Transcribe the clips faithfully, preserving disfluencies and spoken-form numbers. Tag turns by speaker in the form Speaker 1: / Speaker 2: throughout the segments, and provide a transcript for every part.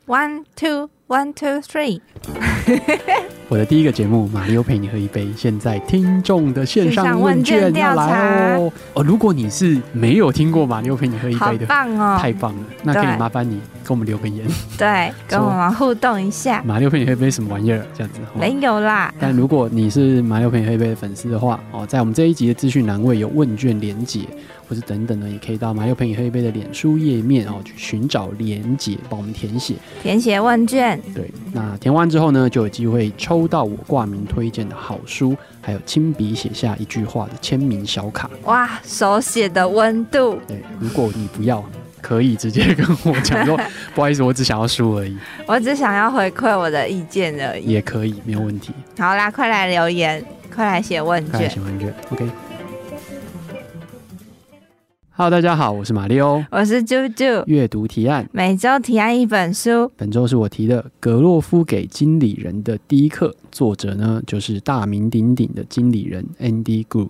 Speaker 1: One two one two three
Speaker 2: 我的第一个节目《马里欧陪你喝一杯》，现在听众的线上问卷要来哦。哦，如果你是没有听过《马里欧陪你喝一杯》的，
Speaker 1: 好棒哦，
Speaker 2: 太棒了！那可以麻烦你跟我们留个言，
Speaker 1: 对，跟我们互动一下。
Speaker 2: 马里欧陪你喝一杯什么玩意儿？这样子
Speaker 1: 没有啦。
Speaker 2: 但如果你是马里欧陪你喝一杯的粉丝的话，哦，在我们这一集的资讯栏位有问卷连结，或是等等呢，也可以到马里欧陪你喝一杯的脸书页面哦，去寻找连结，帮我们填写
Speaker 1: 填写问卷。
Speaker 2: 对，那填完之后呢，就有机会抽到我挂名推荐的好书，还有亲笔写下一句话的签名小卡。
Speaker 1: 哇，手写的温度。
Speaker 2: 对，如果你不要，可以直接跟我讲说，不好意思，我只想要书而已。
Speaker 1: 我只想要回馈我的意见而已。
Speaker 2: 也可以，没有问题。
Speaker 1: 好啦，快来留言，快来写问卷，
Speaker 2: 快来写问卷。OK。Hello， 大家好，我是马里欧，
Speaker 1: 我是啾啾。
Speaker 2: 阅读提案，
Speaker 1: 每周提案一本书。
Speaker 2: 本周是我提的《格洛夫给经理人的第一课》，作者呢就是大名鼎鼎的经理人 Andy Grove。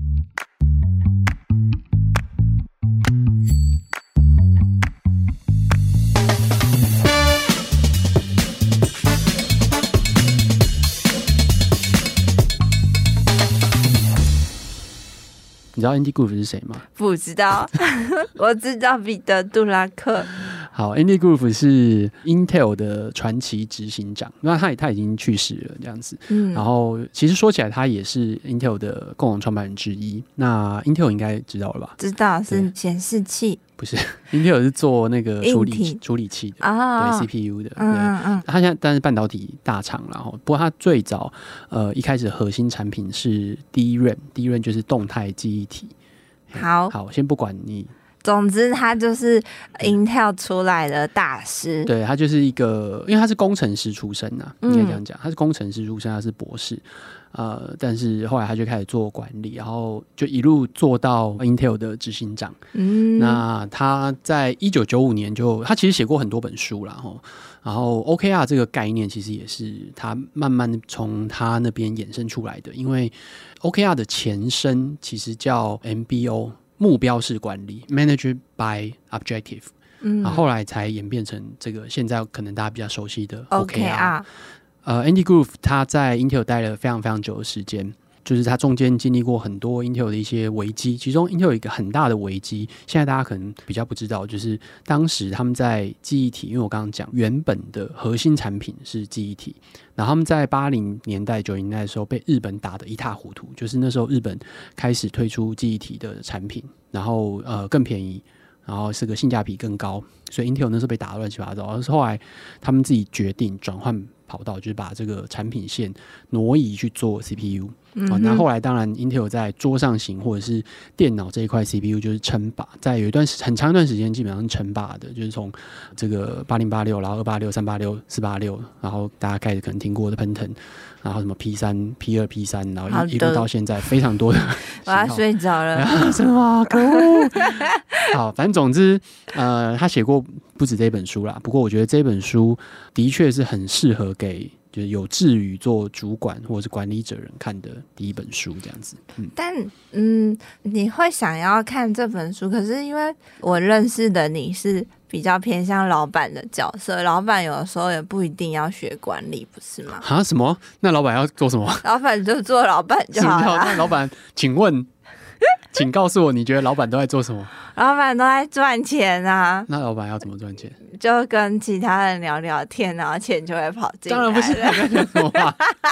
Speaker 2: 你知道 Andy Grove 是谁吗？
Speaker 1: 不知道，我知道彼得·杜拉克。
Speaker 2: 好 ，Andy Grove 是 Intel 的传奇执行长，那他他已经去世了，这样子。嗯，然后其实说起来，他也是 Intel 的共同创办人之一。那 Intel 应该知道了吧？
Speaker 1: 知道，是显示器。
Speaker 2: 不是 ，Intel 是做那个处理处理器的，哦、对 C P U 的。嗯嗯嗯。他现在但是半导体大厂了，不过他最早呃一开始核心产品是 D RAM，D RAM 就是动态记忆体。
Speaker 1: 好，
Speaker 2: 好，先不管你。
Speaker 1: 总之，他就是 Intel 出来的大师。
Speaker 2: 对，他就是一个，因为他是工程师出身啊，应该这样讲，他是工程师出身，他是博士。呃，但是后来他就开始做管理，然后就一路做到 Intel 的执行长。嗯，那他在一九九五年就，他其实写过很多本书啦，吼，然后 O K R 这个概念其实也是他慢慢从他那边衍生出来的，因为 O K R 的前身其实叫 M B O。目标式管理 Manager by Objective，嗯，然后后来才演变成这个现在可能大家比较熟悉的 O K R。O K R 呃 Andy Grove 他在 Intel 待了非常非常久的时间，就是他中间经历过很多 Intel 的一些危机，其中 Intel 有一个很大的危机，现在大家可能比较不知道，就是当时他们在记忆体，因为我刚刚讲原本的核心产品是记忆体，然后他们在八零年代九零年代的时候被日本打得一塌糊涂，就是那时候日本开始推出记忆体的产品，然后呃更便宜，然后是个性价比更高，所以 Intel 那时候被打得乱七八糟，而是后来他们自己决定转换跑道，就是把这个产品线挪移去做 C P U。嗯、哦，那后来当然 Intel 在桌上型或者是电脑这一块 C P U 就是称霸，在有一段很长一段时间基本上是称霸的，就是从这个八零八六，然后二八六、三八六、四八六，然后大家开始可能听过的喷腾，然后什么 P 三、P 二、P 三，然后 一, 一路到现在非常多的
Speaker 1: 我要睡着了，
Speaker 2: 什么可恶？好，反正总之，呃，他写过不止这本书啦，不过我觉得这本书的确是很适合给。就是有志于做主管或者是管理者人看的第一本书这样子。嗯，
Speaker 1: 但嗯，你会想要看这本书，可是因为我认识的你是比较偏向老板的角色，老板有的时候也不一定要学管理，不是吗？
Speaker 2: 啊？什么？那老板要做什么？
Speaker 1: 老板就做老板就好了。
Speaker 2: 那老板，请问，请告诉我，你觉得老板都在做什么？
Speaker 1: 老板都在赚钱啊。
Speaker 2: 那老板要怎么赚钱？
Speaker 1: 就跟其他人聊聊天，然后钱就会跑进来了。
Speaker 2: 当然不是，你在讲什么话？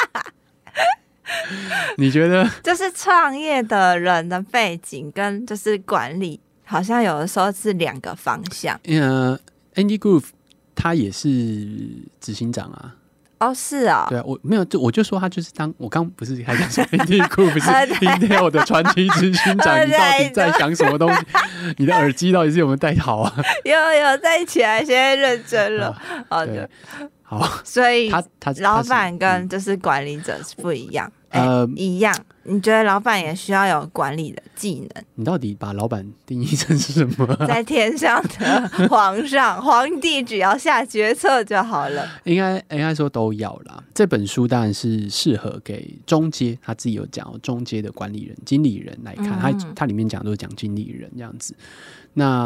Speaker 2: 你觉得？
Speaker 1: 就是创业的人的背景跟就是管理，好像有的时候是两个方向。
Speaker 2: 呃 ，Andy Grove 他也是执行长啊。
Speaker 1: 哦，是啊、哦，
Speaker 2: 对啊，我没有，就我就说他就是当我刚不是还讲说 Andy Grove 是 Intel 的传奇执行长，你到底在想什么东西？你的耳机到底是有没有戴好啊？
Speaker 1: 有有戴起来，现在认真了。哦，对，
Speaker 2: 好，
Speaker 1: 所以
Speaker 2: 他他
Speaker 1: 老板跟就是管理者是不一样，呃，一样。你觉得老板也需要有管理的技能？
Speaker 2: 你到底把老板定义成是什么？
Speaker 1: 在天上的皇上，皇帝只要下决策就好了。
Speaker 2: 应该应该说都要啦。这本书当然是适合给中阶，他自己有讲中阶的管理人、经理人来看。嗯、他他里面讲都是讲经理人这样子。那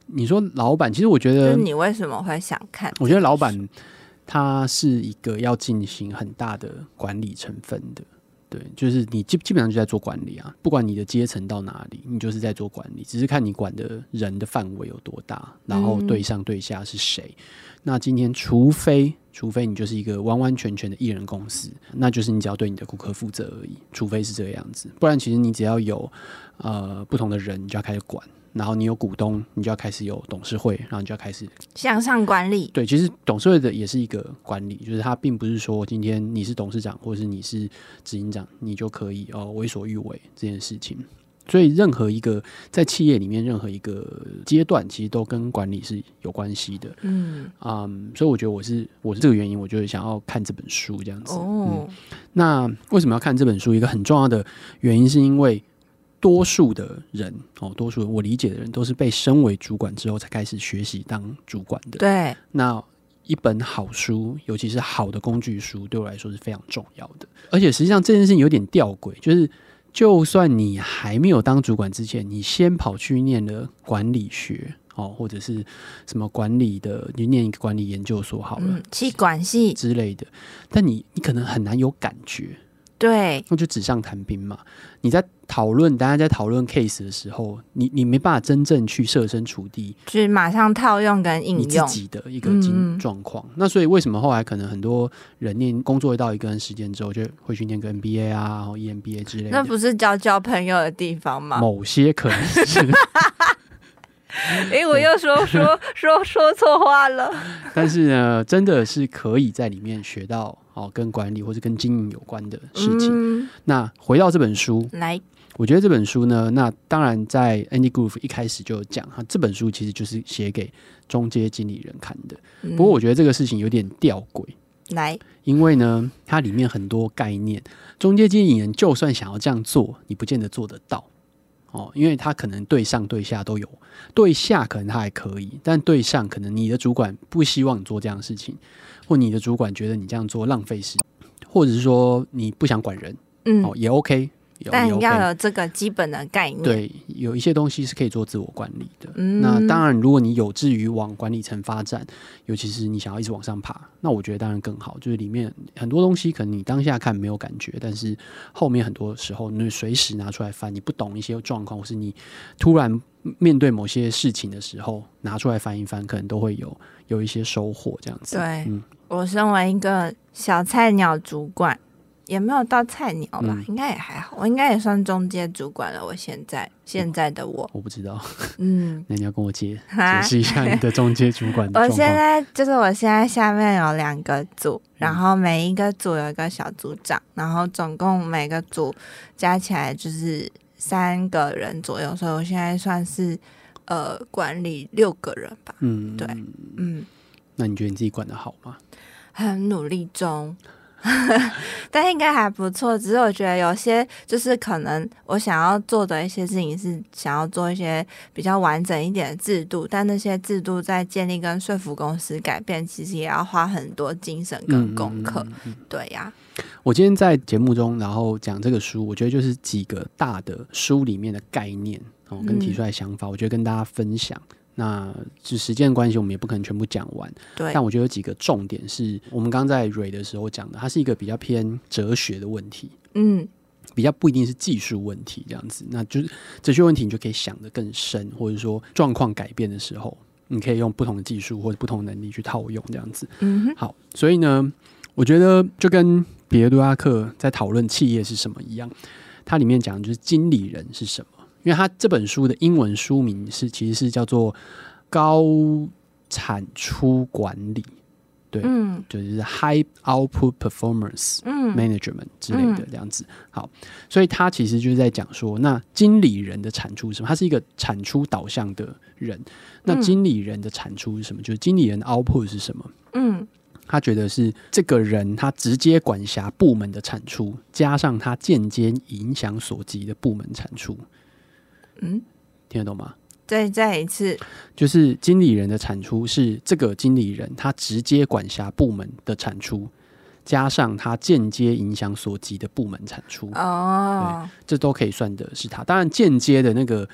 Speaker 2: 你说老板，其实我觉得，
Speaker 1: 就是你为什么会想看？
Speaker 2: 我觉得老板他是一个要进行很大的管理成分的。对，就是你基基本上就在做管理啊，不管你的阶层到哪里，你就是在做管理，只是看你管的人的范围有多大，然后对上对下是谁。嗯、那今天除非除非你就是一个完完全全的艺人公司，那就是你只要对你的顾客负责而已，除非是这个样子，不然其实你只要有呃不同的人，你就要开始管。然后你有股东，你就要开始有董事会，然后你就要开始
Speaker 1: 向上管理。
Speaker 2: 对，其实董事会的也是一个管理，就是它并不是说今天你是董事长或者是你是执行长，你就可以哦为所欲为这件事情。所以任何一个在企业里面任何一个阶段，其实都跟管理是有关系的。嗯嗯，所以我觉得我是我是这个原因，我就想要看这本书这样子。哦、嗯，那为什么要看这本书？一个很重要的原因是因为。多数的人哦，多数我理解的人都是被升为主管之后才开始学习当主管的。
Speaker 1: 对，
Speaker 2: 那一本好书，尤其是好的工具书，对我来说是非常重要的。而且实际上这件事情有点吊诡，就是就算你还没有当主管之前，你先跑去念了管理学哦，或者是什么管理的，你念一个管理研究所好了，
Speaker 1: 嗯，企管系
Speaker 2: 之类的，但你你可能很难有感觉。
Speaker 1: 对，
Speaker 2: 那就纸上谈兵嘛。你在讨论，大家在讨论 case 的时候，你你没办法真正去设身处地，
Speaker 1: 就是马上套用跟应用
Speaker 2: 你自己的一个状况。嗯、那所以为什么后来可能很多人念工作到一段时间之后，就会去念个 M B A 啊，然后 E M B A 之类的。
Speaker 1: 那不是交交朋友的地方吗？
Speaker 2: 某些可能是。
Speaker 1: 哎、欸，我又说说说说错话了。
Speaker 2: 但是呢，真的是可以在里面学到哦，跟管理或是跟经营有关的事情。嗯、那回到这本书，
Speaker 1: 来，
Speaker 2: 我觉得这本书呢，那当然在 Andy Grove 一开始就有讲，哈，这本书其实就是写给中阶经理人看的。嗯、不过我觉得这个事情有点吊诡，
Speaker 1: 来，
Speaker 2: 因为呢，它里面很多概念，中阶经理人就算想要这样做，你不见得做得到。哦，因为他可能对上对下都有，对下可能他还可以，但对上可能你的主管不希望你做这样的事情，或你的主管觉得你这样做浪费时间，或者是说你不想管人，嗯，哦也 OK，
Speaker 1: 但你要有这个基本的概念。
Speaker 2: 对，有一些东西是可以做自我管理的。嗯、那当然，如果你有志于往管理层发展，尤其是你想要一直往上爬，那我觉得当然更好。就是里面很多东西，可能你当下看没有感觉，但是后面很多时候你随时拿出来翻，你不懂一些状况，或是你突然面对某些事情的时候，拿出来翻一翻，可能都会有有一些收获。这样子。
Speaker 1: 对，嗯、我身为一个小菜鸟主管。也没有到菜鸟吧、嗯、应该也还好，我应该也算中阶主管了。我现在现在的我
Speaker 2: 我不知道，嗯，那你要跟我解解释一下你的中阶主管的状况。
Speaker 1: 我现在就是我现在下面有两个组，然后每一个组有一个小组长，然后总共每个组加起来就是三个人左右，所以我现在算是呃管理六个人吧。嗯，对，嗯，
Speaker 2: 那你觉得你自己管得好吗？
Speaker 1: 很努力中。但应该还不错，只是我觉得有些就是可能我想要做的一些事情是想要做一些比较完整一点的制度，但那些制度在建立跟说服公司改变，其实也要花很多精神跟功课。嗯嗯嗯嗯对呀、啊，
Speaker 2: 我今天在节目中，然后讲这个书，我觉得就是几个大的书里面的概念哦，跟提出来的想法，嗯、我觉得跟大家分享。那是时间关系，我们也不可能全部讲完。
Speaker 1: 对，
Speaker 2: 但我觉得有几个重点是我们刚在蕊的时候讲的，它是一个比较偏哲学的问题，嗯，比较不一定是技术问题这样子。那就是哲学问题，你就可以想得更深，或者说状况改变的时候，你可以用不同的技术或者不同的能力去套用这样子。嗯哼，好，所以呢，我觉得就跟彼得·杜拉克在讨论企业是什么一样，它里面讲的就是经理人是什么。因为他这本书的英文书名是其实是叫做高产出管理，对，嗯、就是 High Output Performance Management 之类的这样子。好，所以他其实就是在讲说，那经理人的产出是什么？他是一个产出导向的人。那经理人的产出是什么？就是经理人的 output 是什么？嗯。他觉得是这个人他直接管辖部门的产出，加上他间接影响所及的部门产出。嗯，听得懂吗？
Speaker 1: 再再一次，
Speaker 2: 就是经理人的产出是这个经理人他直接管辖部门的产出，加上他间接影响所及的部门产出。哦，对，这都可以算的是他。当然，间接的那个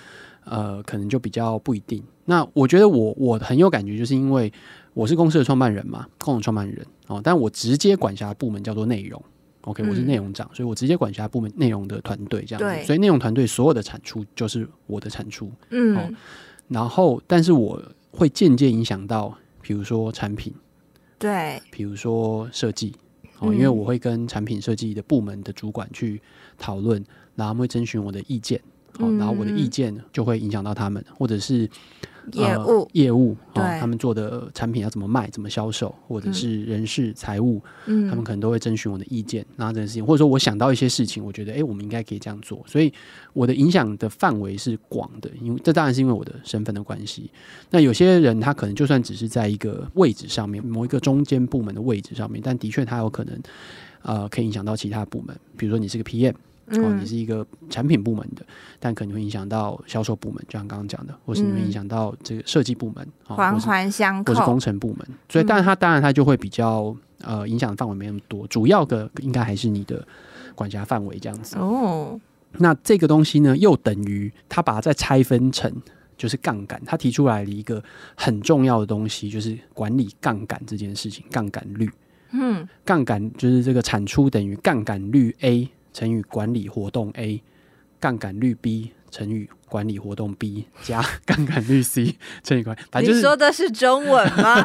Speaker 2: 呃，可能就比较不一定。那我觉得我我很有感觉，就是因为我是公司的创办人嘛，共同创办人哦，但我直接管辖的部门叫做内容。OK， 我是内容长，嗯、所以我直接管辖部门内容的团队这样子，所以内容团队所有的产出就是我的产出，嗯，哦、然后但是我会间接影响到，比如说产品，
Speaker 1: 对，
Speaker 2: 比如说设计，哦，因为我会跟产品设计的部门的主管去讨论，然后他们会征询我的意见，哦，然后我的意见就会影响到他们，或者是。
Speaker 1: 业务、呃、
Speaker 2: 业务、哦、他们做的产品要怎么卖、怎么销售，或者是人事、财务、嗯，他们可能都会征询我的意见。然后这件事情，或者说我想到一些事情，我觉得，哎，我们应该可以这样做。所以我的影响的范围是广的，因为这当然是因为我的身份的关系。那有些人他可能就算只是在一个位置上面，某一个中间部门的位置上面，但的确他有可能，呃，可以影响到其他部门。比如说你是个 P M。哦，你是一个产品部门的，但可能会影响到销售部门，就像刚刚讲的，或是你会影响到这个设计部门，
Speaker 1: 环环相扣，
Speaker 2: 或是工程部门。所以，当然它当然它就会比较呃影响的范围没那么多，主要的应该还是你的管辖范围这样子。哦，那这个东西呢，又等于它把它再拆分成就是杠杆，他提出来了一个很重要的东西，就是管理杠杆这件事情，杠杆率。嗯，杠杆就是这个产出等于杠杆率 A。乘以管理活动 A， 杠杆率 B 乘以管理活动 B 加杠杆率 C 乘以管理，反正、就是、
Speaker 1: 你说的是中文吗？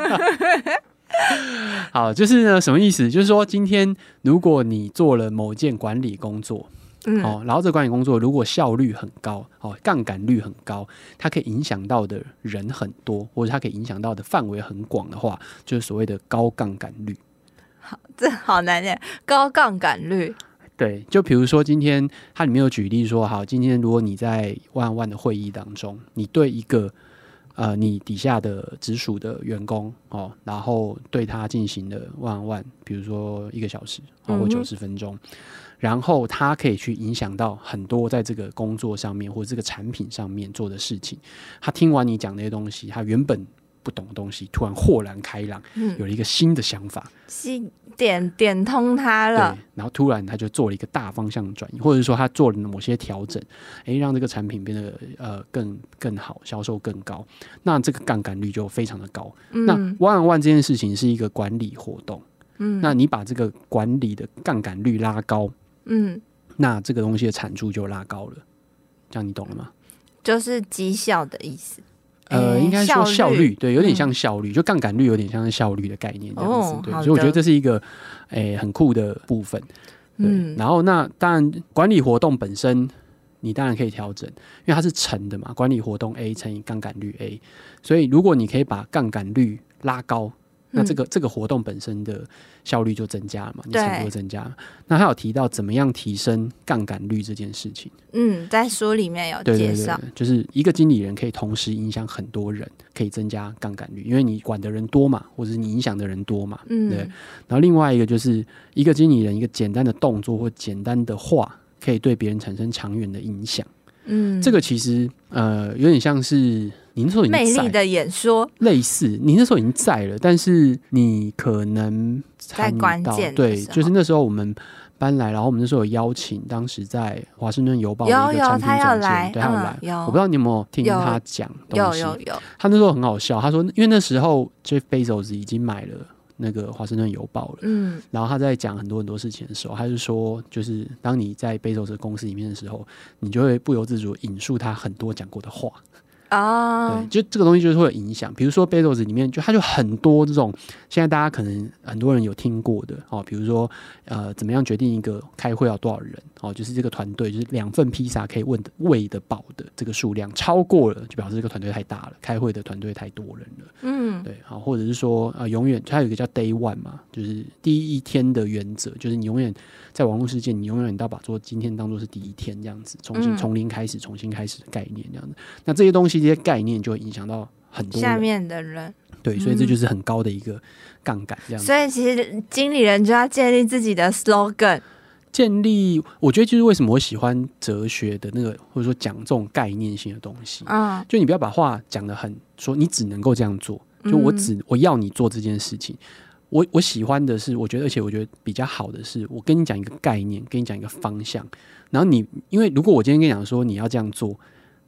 Speaker 2: 好，就是呢，什么意思？就是说，今天如果你做了某件管理工作，嗯，哦，然后这个管理工作如果效率很高，哦，杠杆率很高，它可以影响到的人很多，或者它可以影响到的范围很广的话，就是所谓的高杠杆率。
Speaker 1: 好，这好难念，高杠杆率。
Speaker 2: 对，就比如说今天它里面有举例说，好，今天如果你在万万的会议当中，你对一个呃你底下的直属的员工哦，然后对他进行了万万，比如说一个小时、哦、或九十分钟、嗯，然后他可以去影响到很多在这个工作上面或者这个产品上面做的事情。他听完你讲那些东西，他原本不懂的东西突然豁然开朗、嗯、有了一个新的想法，
Speaker 1: 新点点通他了，
Speaker 2: 对，然后突然他就做了一个大方向转移，或者说他做了某些调整，诶，让这个产品变得呃更更好，销售更高，那这个杠杆率就非常的高、嗯、那 one on one 这件事情是一个管理活动，嗯，那你把这个管理的杠杆率拉高，嗯，那这个东西的产出就拉高了，这样你懂了吗？
Speaker 1: 就是绩效的意思。
Speaker 2: 呃，应该说效率，对，有点像效率，嗯、就杠杆率有点像是效率的概念这样子，哦、对，所以我觉得这是一个诶、欸、很酷的部分。对，嗯、然后那当然管理活动本身，你当然可以调整，因为它是乘的嘛，管理活动 A 乘以杠杆率 A， 所以如果你可以把杠杆率拉高。那这个、嗯、这个活动本身的效率就增加了嘛，你程度就增加了。那他有提到怎么样提升杠杆率这件事情。
Speaker 1: 嗯，在书里面有介绍，
Speaker 2: 对对对，就是一个经理人可以同时影响很多人，可以增加杠杆率，因为你管的人多嘛，或者是你影响的人多嘛，嗯，对。然后另外一个就是一个经理人一个简单的动作或简单的话，可以对别人产生长远的影响。嗯，这个其实呃有点像是。你那时候已经在
Speaker 1: 魅力的演说
Speaker 2: 类似，你那时候已经在了，但是你可能
Speaker 1: 在关键
Speaker 2: 对，就是那时候我们搬来，然后我们那时候有邀请当时在华盛顿邮报的一个产品总监，对，他有来、嗯，我不知道你有没有听他讲东西，
Speaker 1: 有有有，
Speaker 2: 他那时候很好笑，他说因为那时候 Jeff Bezos 已经买了那个华盛顿邮报了，嗯，然后他在讲很多很多事情的时候，他就说，就是当你在 Bezos 的公司里面的时候，你就会不由自主引述他很多讲过的话。哦、oh. 对，就这个东西就是会有影响。比如说 Bezos 里面就它就很多这种，现在大家可能很多人有听过的哦，比如说呃，怎么样决定一个开会要多少人哦，就是这个团队就是两份披萨可以问的喂得饱的这个数量超过了，就表示这个团队太大了，开会的团队太多人了。嗯，对，好，或者是说呃，永远它有一个叫 Day One 嘛，就是第一天的原则，就是你永远在网络世界，你永远都要把做今天当做是第一天这样子，重新从零开始，重新开始的概念这样子。那这些东西。这些概念就会影响到很多人
Speaker 1: 下面的人，
Speaker 2: 对，所以这就是很高的一个杠杆，这样子、嗯。
Speaker 1: 所以其实经理人就要建立自己的 slogan，
Speaker 2: 建立，我觉得就是为什么我喜欢哲学的那个，或者说讲这种概念性的东西。嗯，就你不要把话讲得很说你只能够这样做，就我只、嗯、我要你做这件事情。我我喜欢的是，我觉得，而且我觉得比较好的是，我跟你讲一个概念，跟你讲一个方向，然后你，因为如果我今天跟你讲说你要这样做。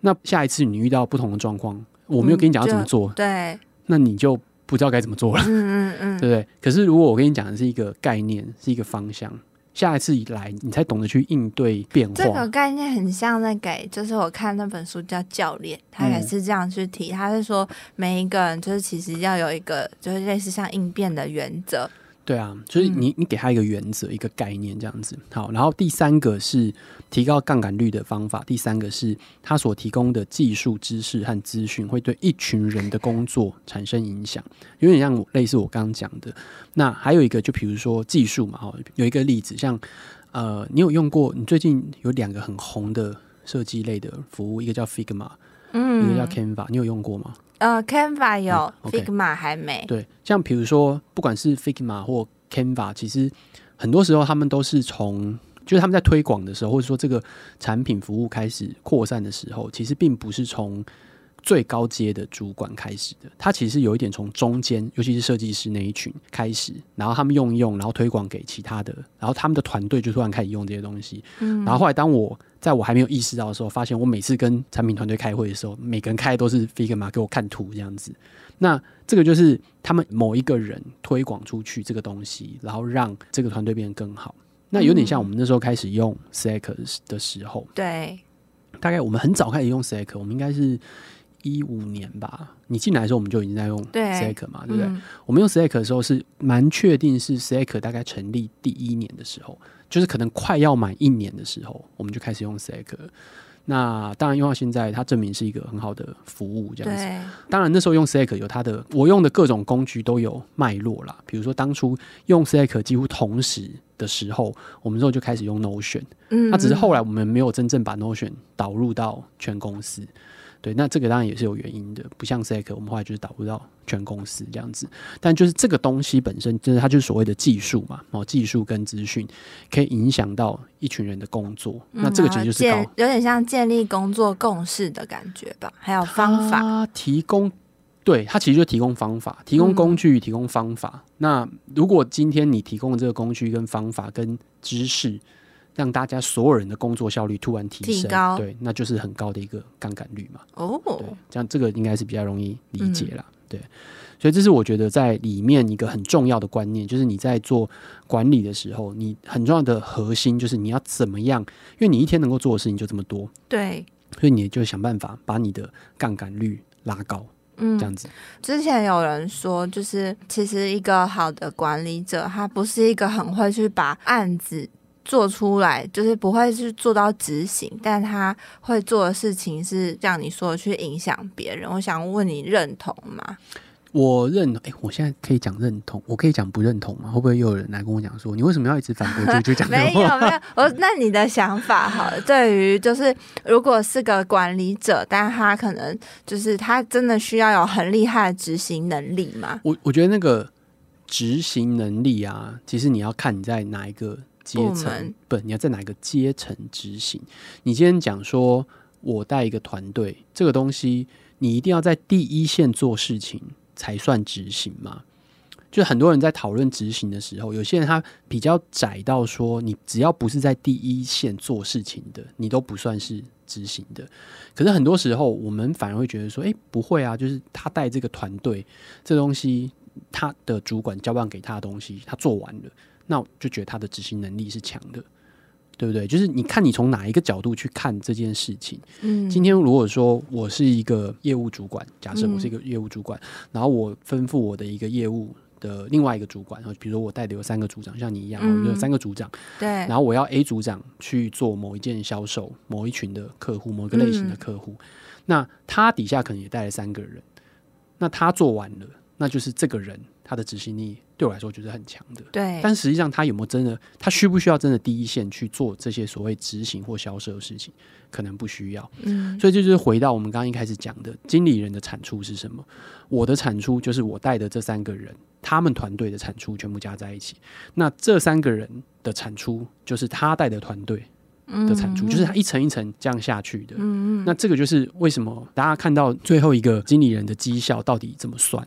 Speaker 2: 那下一次你遇到不同的状况，我没有跟你讲要怎么做，
Speaker 1: 嗯、对，
Speaker 2: 那你就不知道该怎么做了，
Speaker 1: 嗯嗯嗯，
Speaker 2: 对不对？可是如果我跟你讲的是一个概念，是一个方向，下一次以来你才懂得去应对变化。
Speaker 1: 这个概念很像那个，就是我看那本书叫《教练》，他也是这样去提，嗯、他是说每一个人就是其实要有一个就是类似像应变的原则。
Speaker 2: 对啊，就是你、嗯、你给他一个原则，一个概念这样子。好，然后第三个是提高杠杆率的方法，第三个是他所提供的技术知识和资讯会对一群人的工作产生影响，有点像类似我刚刚讲的。那还有一个就比如说技术嘛，有一个例子像呃，你有用过，你最近有两个很红的设计类的服务，一个叫 Figma， 嗯，一个叫 Canva， 你有用过吗？
Speaker 1: 呃 Canva 有、嗯
Speaker 2: okay,
Speaker 1: Figma 还没。
Speaker 2: 对，像比如说不管是 Figma 或 Canva， 其实很多时候他们都是从就是他们在推广的时候，或者说这个产品服务开始扩散的时候，其实并不是从最高阶的主管开始的，它其实有一点从中间，尤其是设计师那一群开始，然后他们用一用，然后推广给其他的，然后他们的团队就突然开始用这些东西。嗯，然后后来当我在我还没有意识到的时候，发现我每次跟产品团队开会的时候，每个人开的都是 Figma 给我看图这样子。那这个就是他们某一个人推广出去这个东西，然后让这个团队变得更好。那有点像我们那时候开始用 Slack 的时候，
Speaker 1: 对，
Speaker 2: 大概我们很早开始用 Slack， 我们应该是一五年吧，你进来的时候我们就已经在用 Slack 嘛， 对, 对不对、嗯？我们用 Slack 的时候是蛮确定是 Slack 大概成立第一年的时候，就是可能快要满一年的时候，我们就开始用 Slack。那当然用到现在，它证明是一个很好的服务，这样子。当然那时候用 Slack 有它的，我用的各种工具都有脉络啦。比如说当初用 Slack 几乎同时的时候，我们之后就开始用 Notion。嗯，那只是后来我们没有真正把 Notion 导入到全公司。对，那这个当然也是有原因的，不像 Slack 我们后来就是导入到全公司这样子。但就是这个东西本身，就是它就是所谓的技术嘛，哦，技术跟资讯可以影响到一群人的工作。嗯、那这个其实就是高，
Speaker 1: 有点像建立工作共识的感觉吧，还有方法。
Speaker 2: 它提供，对，它其实就提供方法，提供工具，提供方法。嗯、那如果今天你提供的这个工具跟方法跟知识，让大家所有人的工作效率突然提升，
Speaker 1: 提高，
Speaker 2: 对，那就是很高的一个杠杆率嘛。
Speaker 1: 哦，
Speaker 2: 对，这样这个应该是比较容易理解啦、嗯。对，所以这是我觉得在里面一个很重要的观念，就是你在做管理的时候，你很重要的核心就是你要怎么样，因为你一天能够做的事情就这么多，
Speaker 1: 对，
Speaker 2: 所以你就想办法把你的杠杆率拉高。嗯，这样子。
Speaker 1: 之前有人说，就是其实一个好的管理者，他不是一个很会去把案子做出来，就是不会去做到执行，但他会做的事情是像你说的去影响别人。我想问你认同吗？
Speaker 2: 我认同，哎、欸，我现在可以讲认同，我可以讲不认同吗？会不会又有人来跟我讲说，你为什么要一直反驳就就讲这
Speaker 1: 没有没有，我那你的想法好了，对于就是如果是个管理者，但他可能就是他真的需要有很厉害的执行能力吗？
Speaker 2: 我我觉得那个执行能力啊，其实你要看你在哪一个阶层，不，你要在哪一个阶层执行。你今天讲说我带一个团队，这个东西你一定要在第一线做事情才算执行吗？就很多人在讨论执行的时候，有些人他比较窄到说，你只要不是在第一线做事情的，你都不算是执行的。可是很多时候我们反而会觉得说，哎，不会啊，就是他带这个团队，这东西他的主管交办给他的东西，他做完了，那我就觉得他的执行能力是强的。对不对？就是你看你从哪一个角度去看这件事情。嗯，今天如果说我是一个业务主管，假设我是一个业务主管，嗯、然后我吩咐我的一个业务的另外一个主管，比如说我带的有三个组长，像你一样，嗯、我有三个组长，
Speaker 1: 对，
Speaker 2: 然后我要 A 组长去做某一件销售，某一群的客户，某一个类型的客户，嗯、那他底下可能也带了三个人，那他做完了，那就是这个人他的执行力对我来说就是很强的，
Speaker 1: 对。
Speaker 2: 但实际上他有没有真的，他需不需要真的第一线去做这些所谓执行或销售的事情？可能不需要。嗯，所以这就是回到我们刚刚一开始讲的，经理人的产出是什么？我的产出就是我带的这三个人，他们团队的产出全部加在一起。那这三个人的产出就是他带的团队的产出，嗯、就是他一层一层这样下去的。嗯，那这个就是为什么大家看到最后一个经理人的绩效到底怎么算？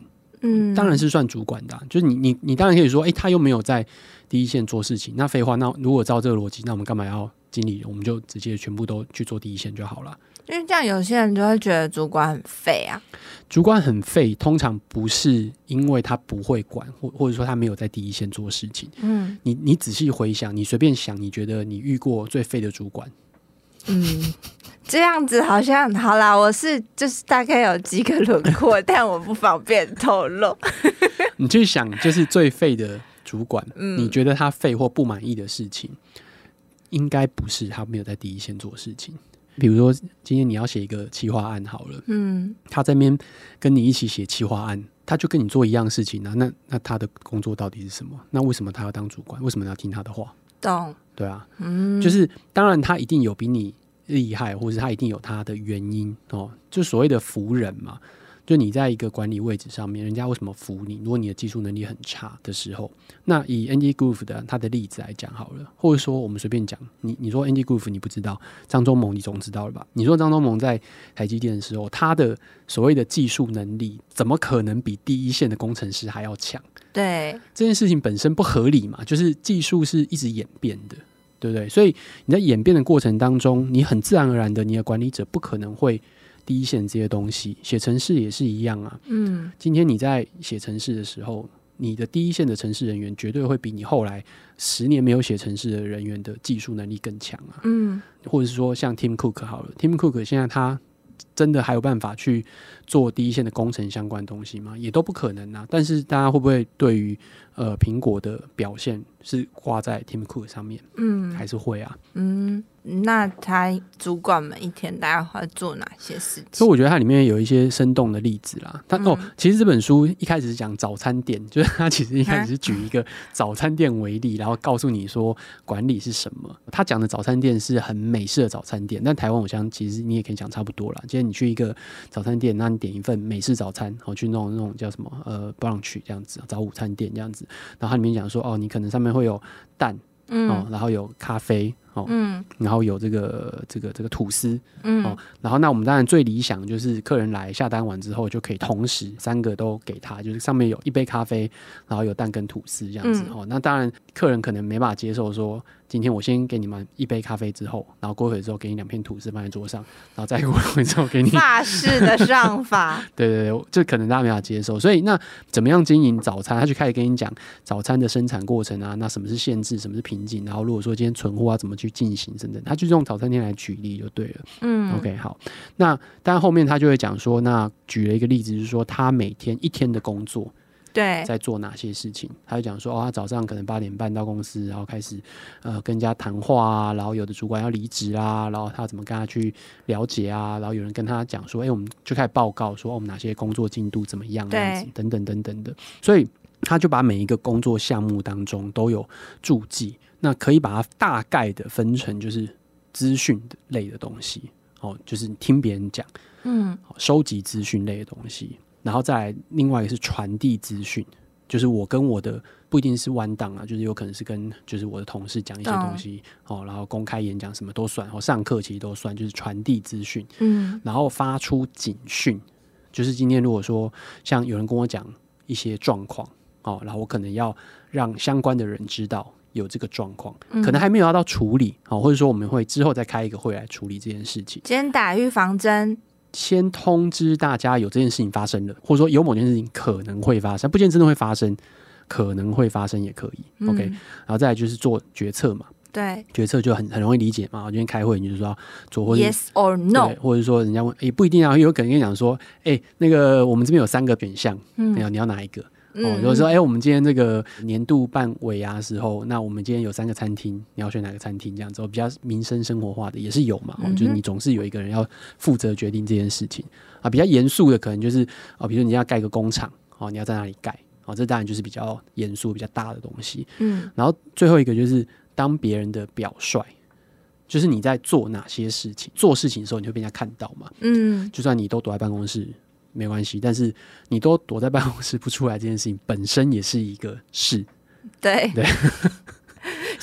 Speaker 1: 嗯，
Speaker 2: 当然是算主管的、啊，就是你你你当然可以说，哎、欸，他又没有在第一线做事情，那废话，那如果照这个逻辑，那我们干嘛要经理？我们就直接全部都去做第一线就好了。
Speaker 1: 因为这样有些人就会觉得主管很废啊。
Speaker 2: 主管很废，通常不是因为他不会管，或或者说他没有在第一线做事情。嗯，你你仔细回想，你随便想，你觉得你遇过最废的主管？
Speaker 1: 嗯，这样子好像好啦，我是就是大概有几个轮廓，但我不方便透露。
Speaker 2: 你去想，就是最废的主管，嗯、你觉得他废或不满意的事情，应该不是他没有在第一线做事情。比如说，今天你要写一个企划案好了，嗯，他在那边跟你一起写企划案，他就跟你做一样事情啊，那那他的工作到底是什么？那为什么他要当主管？为什么要听他的话？
Speaker 1: 懂？
Speaker 2: 对啊，嗯，就是当然他一定有比你厉害，或者他一定有他的原因哦，就所谓的服人嘛。就你在一个管理位置上面，人家为什么服你？如果你的技术能力很差的时候，那以 Andy Grove 的他的例子来讲好了，或者说我们随便讲，你你说 Andy Grove 你不知道，张忠谋你总知道了吧？你说张忠谋在台积电的时候，他的所谓的技术能力，怎么可能比第一线的工程师还要强？
Speaker 1: 对，
Speaker 2: 这件事情本身不合理嘛，就是技术是一直演变的，对不对？所以你在演变的过程当中，你很自然而然的，你的管理者不可能会第一线这些东西，写程式也是一样啊。嗯，今天你在写程式的时候，你的第一线的程式人员绝对会比你后来十年没有写程式的人员的技术能力更强啊。嗯，或者是说像 Tim Cook 好了 ，Tim Cook 现在他真的还有办法去做第一线的工程相关东西吗？也都不可能啊。但是大家会不会对于呃苹果的表现是挂在 Tim Cook 上面？嗯，还是会啊。嗯。
Speaker 1: 那他主管们一天大概会做哪些事情？
Speaker 2: 所以我觉得它里面有一些生动的例子啦。他、嗯、哦，其实这本书一开始是讲早餐店，就是他其实一开始是举一个早餐店为例，然后告诉你说管理是什么。他讲的早餐店是很美式的早餐店，但台湾我想其实你也可以讲差不多啦。今天你去一个早餐店，那你点一份美式早餐，然后去那种那种叫什么呃 brunch 这样子，早午餐店这样子，然后它里面讲说哦，你可能上面会有蛋。嗯哦、然后有咖啡哦，嗯，然后有这个这个这个吐司，嗯，哦，然后那我们当然最理想就是客人来下单完之后就可以同时三个都给他，就是上面有一杯咖啡，然后有蛋跟吐司这样子、嗯、哦。那当然客人可能没办法接受说，今天我先给你们一杯咖啡之后，然后过会之后给你两片吐司放在桌上，然后再过会之后给你
Speaker 1: 法式的上法，
Speaker 2: 对对对，这可能大家没法接受。所以那怎么样经营早餐？他就开始跟你讲早餐的生产过程啊，那什么是限制，什么是瓶颈，然后如果说今天存货要怎么去进行等等，他就用早餐店来举例就对了。嗯 ，OK， 好。那但后面他就会讲说，那举了一个例子，就是说他每天一天的工作。
Speaker 1: 对，
Speaker 2: 在做哪些事情？他就讲说，哦，他早上可能八点半到公司，然后开始呃跟人家谈话啊，然后有的主管要离职啊，然后他怎么跟他去了解啊，然后有人跟他讲说，哎、欸，我们就开始报告说、哦，我们哪些工作进度怎么样，这样子，等等等等的。所以他就把每一个工作项目当中都有注记，那可以把它大概的分成就是资讯类的东西，哦，就是听别人讲，嗯，收集资讯类的东西。然后再来另外一个是传递资讯，就是我跟我的不一定是弯档啊，就是有可能是跟就是我的同事讲一些东西、哦、然后公开演讲什么都算，哦，上课其实都算，就是传递资讯。嗯，然后发出警讯，就是今天如果说像有人跟我讲一些状况，哦，然后我可能要让相关的人知道有这个状况，可能还没有要到处理，哦，或者说我们会之后再开一个会来处理这件事情。
Speaker 1: 先打预防针。
Speaker 2: 先通知大家有这件事情发生了，或者说有某件事情可能会发生，不见真的会发生，可能会发生也可以、嗯、OK。 然后再来就是做决策嘛，
Speaker 1: 对，决
Speaker 2: 策就很很容易理解嘛。我今天开会你就说要做，或者
Speaker 1: yes or no，
Speaker 2: 或者说人家问，也、欸、不一定啊，有可能跟你讲说，哎、欸，那个我们这边有三个选项，嗯，你要你要哪一个？哦，如果说哎、欸，我们今天这个年度办尾牙的时候，那我们今天有三个餐厅，你要选哪个餐厅？这样子比较民生生活化的也是有嘛、嗯，就是你总是有一个人要负责决定这件事情啊。比较严肃的可能就是啊，比如说你要盖个工厂，哦，你要在哪里盖？哦，这当然就是比较严肃、比较大的东西。嗯，然后最后一个就是当别人的表率。就是你在做哪些事情，做事情的时候你会被人家看到嘛？嗯，就算你都躲在办公室没关系，但是你都躲在办公室不出来，这件事情本身也是一个事。
Speaker 1: 对对，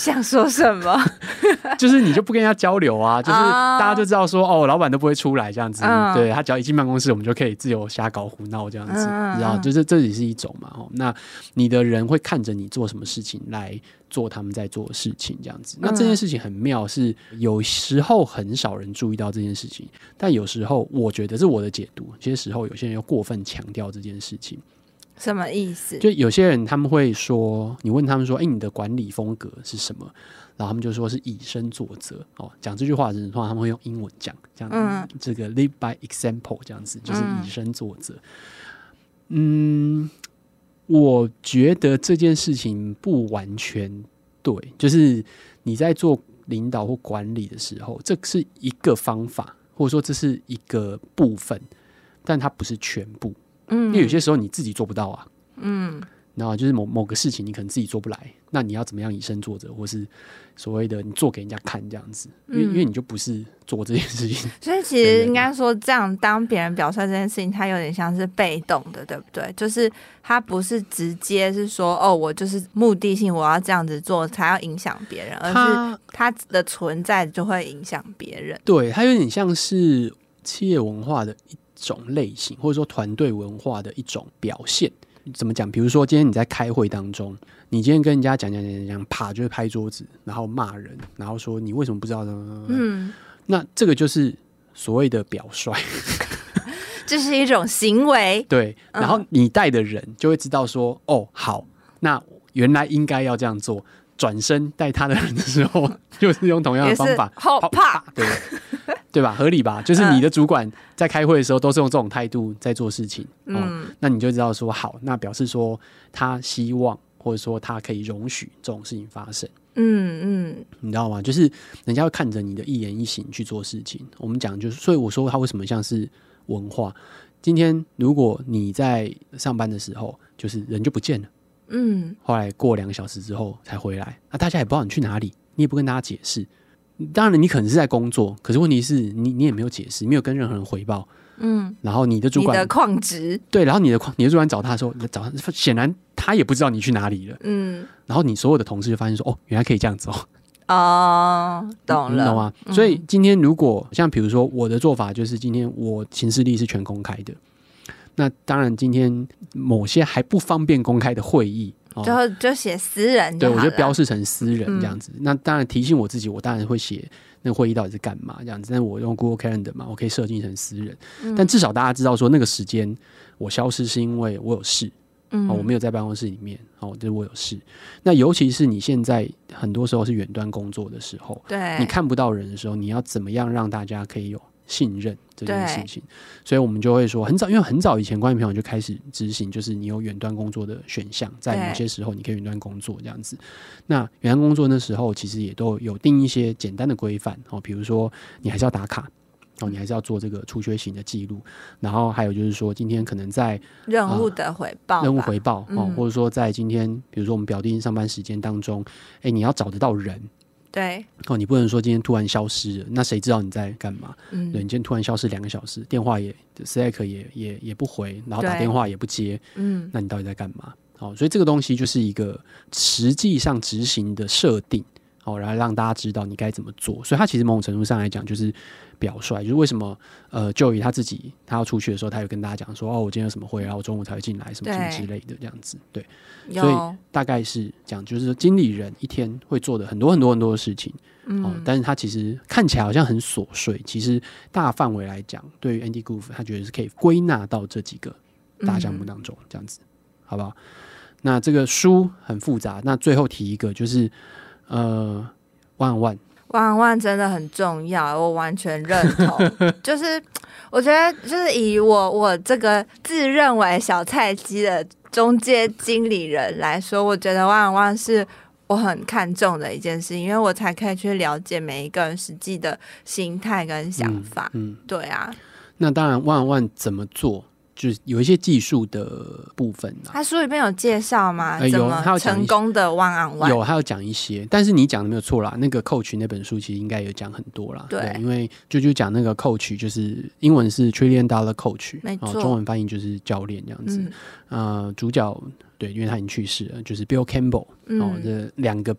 Speaker 1: 想说什么？
Speaker 2: 就是你就不跟人家交流啊，就是大家就知道说哦，老板都不会出来这样子，嗯、对他只要一进办公室，我们就可以自由瞎搞胡闹这样子，嗯、你知道，就是这也是一种嘛。哦，那你的人会看着你做什么事情来做他们在做的事情，这样子。那这件事情很妙，是有时候很少人注意到这件事情，但有时候我觉得是我的解读，有些时候有些人又过分强调这件事情。
Speaker 1: 什么意思？
Speaker 2: 就有些人他们会说，你问他们说，哎、欸，你的管理风格是什么？然后他们就说是以身作则。哦，讲这句话的人通常他们会用英文讲，这样、嗯、这个 live by example 这样子，就是以身作则。嗯，我觉得这件事情不完全对，就是你在做领导或管理的时候，这是一个方法，或者说这是一个部分，但它不是全部。嗯，因为有些时候你自己做不到啊，嗯，然后就是某某个事情你可能自己做不来，那你要怎么样以身作则，或是所谓的你做给人家看这样子，因为、嗯、因为你就不是做这件事情，
Speaker 1: 所以其实应该说这样当别人表率这件事情，它有点像是被动的，对不对？就是它不是直接是说哦，我就是目的性我要这样子做才要影响别人，而是它的存在就会影响别人。
Speaker 2: 对，它有点像是企业文化的一种类型，或者说团队文化的一种表现。怎么讲？比如说今天你在开会当中，你今天跟人家讲讲讲讲，啪就会拍桌子，然后骂人，然后说你为什么不知道呢？嗯，那这个就是所谓的表率，
Speaker 1: 这是一种行为。
Speaker 2: 对，然后你带的人就会知道说，嗯、哦，好，那原来应该要这样做。转身带他的人的时候，就是用同样的方法，
Speaker 1: 后啪，
Speaker 2: 对对吧？合理吧？就是你的主管在开会的时候，都是用这种态度在做事情，嗯、哦，那你就知道说，好，那表示说他希望，或者说他可以容许这种事情发生。嗯嗯，你知道吗？就是人家会看着你的一言一行去做事情。我们讲就是，所以我说他为什么像是文化。今天如果你在上班的时候，就是人就不见了。嗯，后来过两个小时之后才回来，啊，大家也不知道你去哪里，你也不跟大家解释。当然，你可能是在工作，可是问题是你你也没有解释，没有跟任何人回报。嗯，然后你的主管，
Speaker 1: 你的旷职，
Speaker 2: 对，然后你的你的主管找他的时候，找他显然他也不知道你去哪里了。嗯，然后你所有的同事就发现说，哦，原来可以这样子哦。
Speaker 1: 哦，懂了，
Speaker 2: 懂吗？嗯、所以今天如果像比如说我的做法，就是今天我行事历是全公开的。那当然，今天某些还不方便公开的会议，
Speaker 1: 哦、就就写私人就好了，
Speaker 2: 对，我就标示成私人这样子。嗯、那当然提醒我自己，我当然会写那个会议到底是干嘛这样子。但是我用 Google Calendar 嘛，我可以设定成私人。嗯、但至少大家知道说，那个时间我消失是因为我有事，嗯哦、我没有在办公室里面，哦，就是我有事。那尤其是你现在很多时候是远端工作的时候，
Speaker 1: 对，
Speaker 2: 你看不到人的时候，你要怎么样让大家可以有信任这件事情？所以我们就会说，很早，因为很早以前关于平常就开始执行，就是你有远端工作的选项，在某些时候你可以远端工作这样子。那远端工作那时候其实也都有定一些简单的规范哦，比如说你还是要打卡哦，你还是要做这个出缺勤的记录，然后还有就是说今天可能在
Speaker 1: 任务的回报、呃，
Speaker 2: 任务回报、
Speaker 1: 嗯、
Speaker 2: 哦，或者说在今天比如说我们表定上班时间当中，哎，你要找得到人。
Speaker 1: 对
Speaker 2: 哦，你不能说今天突然消失了，那谁知道你在干嘛？嗯，对，你今天突然消失两个小时，电话也 Slack 也也也不回，然后打电话也不接，嗯，那你到底在干嘛？哦，所以这个东西就是一个实际上执行的设定，哦，然后让大家知道你该怎么做。所以它其实某种程度上来讲，就是表率，就是为什么呃 Joey 他自己他要出去的时候，他有跟大家讲说，哦，我今天有什么会，然后我中午才会进来，什么什么之类的这样子，对。所以大概是讲，就是说经理人一天会做的很多很多很多的事情，嗯哦、但是他其实看起来好像很琐碎，其实大范围来讲，对于 Andy Grove 他觉得是可以归纳到这几个大项目当中，嗯、这样子，好不好？那这个书很复杂，那最后提一个就是呃 one on one。
Speaker 1: one on one真的很重要，我完全认同。就是我觉得，就是以我我这个自认为小菜鸡的中介经理人来说，我觉得 one on one是我很看重的一件事，因为我才可以去了解每一个人实际的心态跟想法。嗯，嗯对啊。
Speaker 2: 那当然 one on one 怎么做？就是有一些技术的部分、啊、
Speaker 1: 他书里面有介绍吗？
Speaker 2: 呃、有，他有
Speaker 1: 成功的 one on one
Speaker 2: 有，他有讲一些，但是你讲的没有错啦。那个 Coach 那本书其实应该有讲很多啦， 对, 对，因为就就讲那个 Coach 就是英文是 Trillion Dollar Coach，
Speaker 1: 没错、
Speaker 2: 哦，中文翻译就是教练这样子。嗯、呃，主角对，因为他已经去世了，就是 Bill Campbell，、嗯、哦，这两个 Bill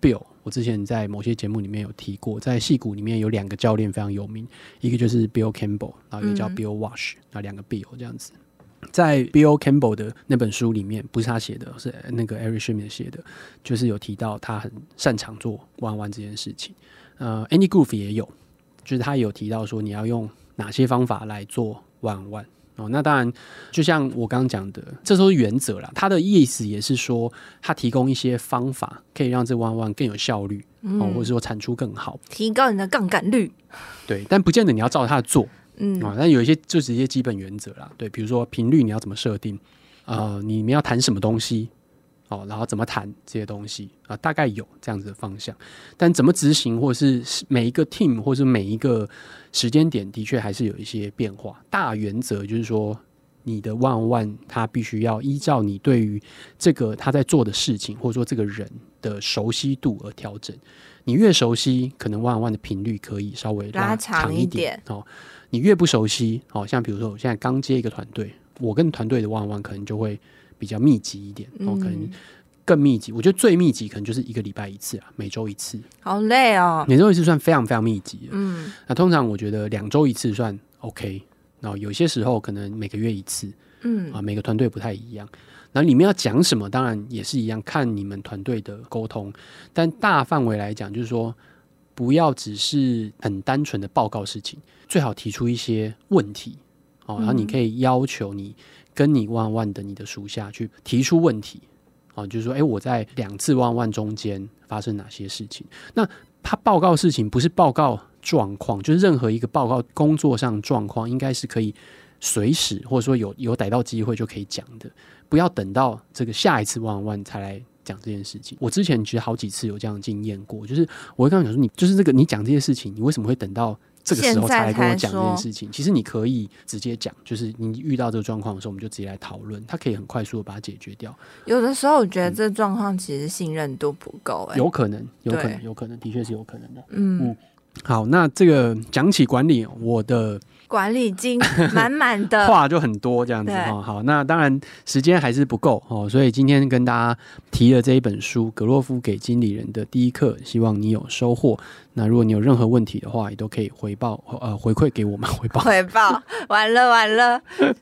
Speaker 2: 我之前在某些节目里面有提过，在矽谷里面有两个教练非常有名，一个就是 Bill Campbell， 然后一个叫 Bill Walsh，然后两个 Bill 这样子。在 Bill Campbell 的那本书里面，不是他写的，是那个 Eric Schmidt 写的，就是有提到他很擅长做 one on one 这件事情。呃 Andy Grove 也有，就是他有提到说你要用哪些方法来做 one on one。哦，那当然，就像我刚刚讲的，这都是原则啦。他的意思也是说，他提供一些方法，可以让这 one on one 更有效率，嗯哦、或者说产出更好，
Speaker 1: 提高你的杠杆率。对，
Speaker 2: 但不见得你要照他的做。
Speaker 1: 嗯，
Speaker 2: 啊，但有一些就是一些基本原则啦，对，比如说频率你要怎么设定，呃，你们要谈什么东西，哦，然后怎么谈这些东西啊、呃，大概有这样子的方向，但怎么执行，或者是每一个 team 或者是每一个时间点，的确还是有一些变化。大原则就是说，你的 one on one 它必须要依照你对于这个他在做的事情，或者说这个人的熟悉度而调整。你越熟悉，可能 one on one 的频率可以稍微拉长一点哦。你越不熟悉，哦，像比如说我现在刚接一个团队，我跟团队的 one on one 可能就会比较密集一点，哦，可能更密集。我觉得最密集可能就是一个礼拜一次啊，每周一次。
Speaker 1: 好累哦，
Speaker 2: 每周一次算非常非常密集了。
Speaker 1: 嗯，
Speaker 2: 那通常我觉得两周一次算 OK， 然后有些时候可能每个月一次，嗯啊，每个团队不太一样。然后里面要讲什么，当然也是一样，看你们团队的沟通。但大范围来讲，就是说不要只是很单纯的报告事情，最好提出一些问题，哦，然后你可以要求你跟你 one on one 的你的属下去提出问题，哦，就是说，哎，我在两次 one on one 中间发生哪些事情？那他报告事情不是报告状况，就是任何一个报告工作上状况，应该是可以随时或者说有有逮到机会就可以讲的，不要等到这个下一次 one on one 才来讲这件事情。我之前其实好几次有这样的经验过，就是我会跟他讲说，你就是这个你讲这些事情，你为什么会等到这个时候才来跟我讲这件事情？其实你可以直接讲，就是你遇到这个状况的时候，我们就直接来讨论，它可以很快速的把它解决掉。
Speaker 1: 有的时候我觉得这状况其实信任度不够、欸，
Speaker 2: 有可能，有可能，有可能，的确是有可能的。嗯。嗯，好，那这个讲起管理，我的
Speaker 1: 管理经满满的
Speaker 2: 话就很多这样子哈。好，那当然时间还是不够哦，所以今天跟大家提了这一本书《葛洛夫给经理人的第一课》，希望你有收获。那如果你有任何问题的话，也都可以回报呃回馈给我们回报
Speaker 1: 回报。完了完了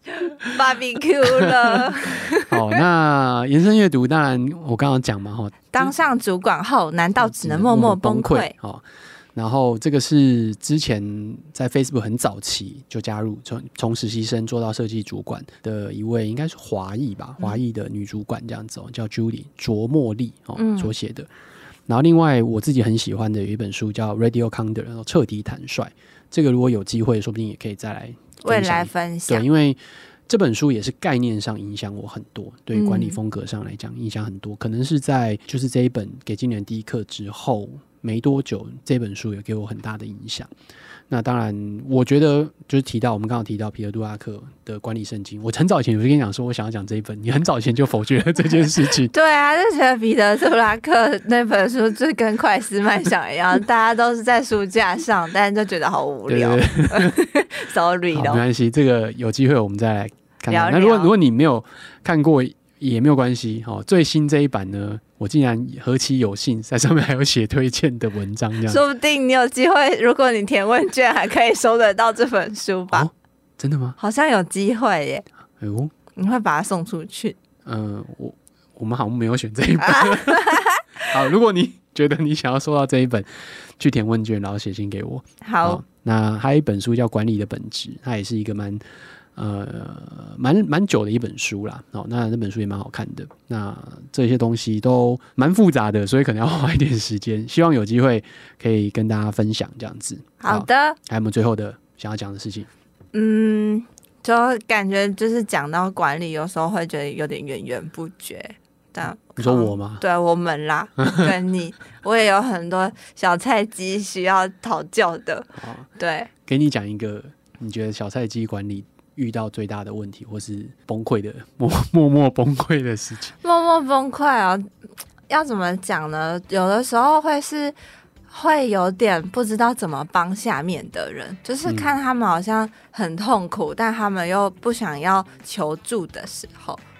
Speaker 1: ，barbecue 了。
Speaker 2: 好，那延伸阅读，当然我刚刚讲嘛哈，
Speaker 1: 当上主管后，难道只能默默崩溃？
Speaker 2: 哦。然后这个是之前在 Facebook 很早期就加入，从从实习生做到设计主管的一位，应该是华裔吧，华裔的女主管这样子哦，叫 Julie 卓茉莉哦所写的。然后另外我自己很喜欢的有一本书叫 Radio Candor， 然后彻底坦率。这个如果有机会，说不定也可以再来
Speaker 1: 未来分享。
Speaker 2: 对，因为这本书也是概念上影响我很多，对于管理风格上来讲影响很多。可能是在就是这一本给经理人第一课之后没多久，这本书也给我很大的影响。那当然我觉得就是提到我们刚刚提到彼得·杜拉克的管理圣经，我很早以前我就跟你讲说我想要讲这一本，你很早以前就否决了这件事情。
Speaker 1: 对啊，就觉得彼得·杜拉克那本书就跟快思慢想一样，大家都是在书架上，但就觉得好无聊。对对对sorry 咯，
Speaker 2: 没关系，这个有机会我们再来看看。
Speaker 1: 聊聊。
Speaker 2: 那如果如果你没有看过也没有关系、哦、最新这一版呢，我竟然何其有幸在上面还有写推荐的文章这样，
Speaker 1: 说不定你有机会，如果你填问卷还可以收得到这本书吧、哦、
Speaker 2: 真的吗？
Speaker 1: 好像有机会耶。
Speaker 2: 哎呦，
Speaker 1: 你会把它送出去？
Speaker 2: 嗯、呃，我我们好像没有选这一本、啊、好，如果你觉得你想要收到这一本，去填问卷然后写信给我。
Speaker 1: 好、
Speaker 2: 哦、那还有一本书叫《管理的本质》，它也是一个蛮呃，蛮蛮久的一本书啦，哦，那那本书也蛮好看的。那这些东西都蛮复杂的，所以可能要花一点时间。希望有机会可以跟大家分享这样子。
Speaker 1: 好的，好，
Speaker 2: 还有没有最后的想要讲的事情？
Speaker 1: 嗯，就感觉就是讲到管理，有时候会觉得有点源源不绝。但
Speaker 2: 你说我吗？
Speaker 1: 对，我们啦，跟你，我也有很多小菜鸡需要讨教的。对，给
Speaker 2: 你讲一个，你觉得小菜鸡管理遇到最大的问题或是崩溃的默默默崩溃的事情？
Speaker 1: 默默崩溃啊，要怎么讲呢？有的时候会是会有点不知道怎么帮下面的人，就是看他们好像很痛苦、嗯、但他们又不想要求助的时候，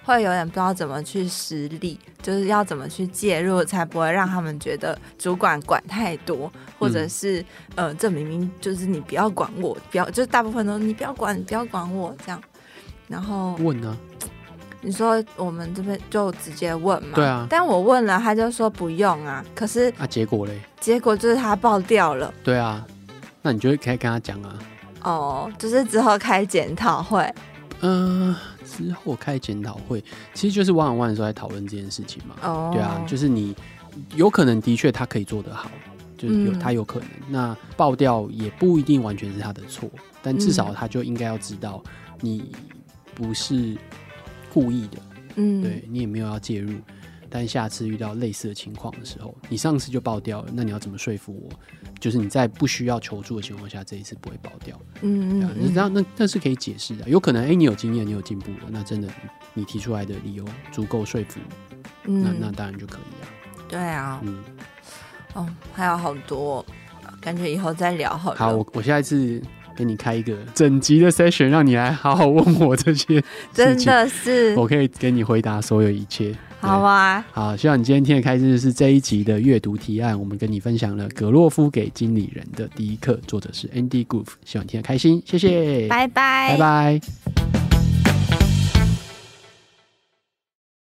Speaker 1: 会有点不知道怎么去施力，就是要怎么去介入，才不会让他们觉得主管管太多，或者是、嗯、呃，这明明就是你不要管我，不要，就是大部分都你不要管，你不要管我这样。然后
Speaker 2: 问呢、啊？
Speaker 1: 你说我们这边就直接问嘛？
Speaker 2: 对啊。
Speaker 1: 但我问了，他就说不用啊。可是
Speaker 2: 啊，结果嘞？
Speaker 1: 结果就是他爆掉了。
Speaker 2: 对啊，那你就可以跟他讲啊。
Speaker 1: 哦，就是之后开检讨会。
Speaker 2: 嗯、呃，之后开检讨会，其实就是 one on one 的时候在讨论这件事情嘛。
Speaker 1: 哦，
Speaker 2: 对啊，就是你有可能的确他可以做得好，就是有、嗯、他有可能，那爆掉也不一定完全是他的错，但至少他就应该要知道你不是故意的，嗯，对你也没有要介入，但下次遇到类似的情况的时候，你上次就爆掉了，那你要怎么说服我？就是你在不需要求助的情况下，这一次不会爆掉。嗯嗯，嗯那那那是可以解释的。有可能，哎、欸，你有经验，你有进步了，那真的你提出来的理由足够说服，嗯、那那当然就可以啊。
Speaker 1: 对啊，嗯，哦，还有好多，感觉以后再聊好了。
Speaker 2: 好，我我下一次给你开一个整集的 session， 让你来好好问我这些事情，
Speaker 1: 真的是，
Speaker 2: 我可以给你回答所有一切。
Speaker 1: 好啊，
Speaker 2: 好，希望你今天听得开心。是这一集的阅读提案，我们跟你分享了葛洛夫给经理人的第一课，作者是 Andy Grove， 希望你听得开心，谢谢，
Speaker 1: 拜拜，
Speaker 2: 拜拜。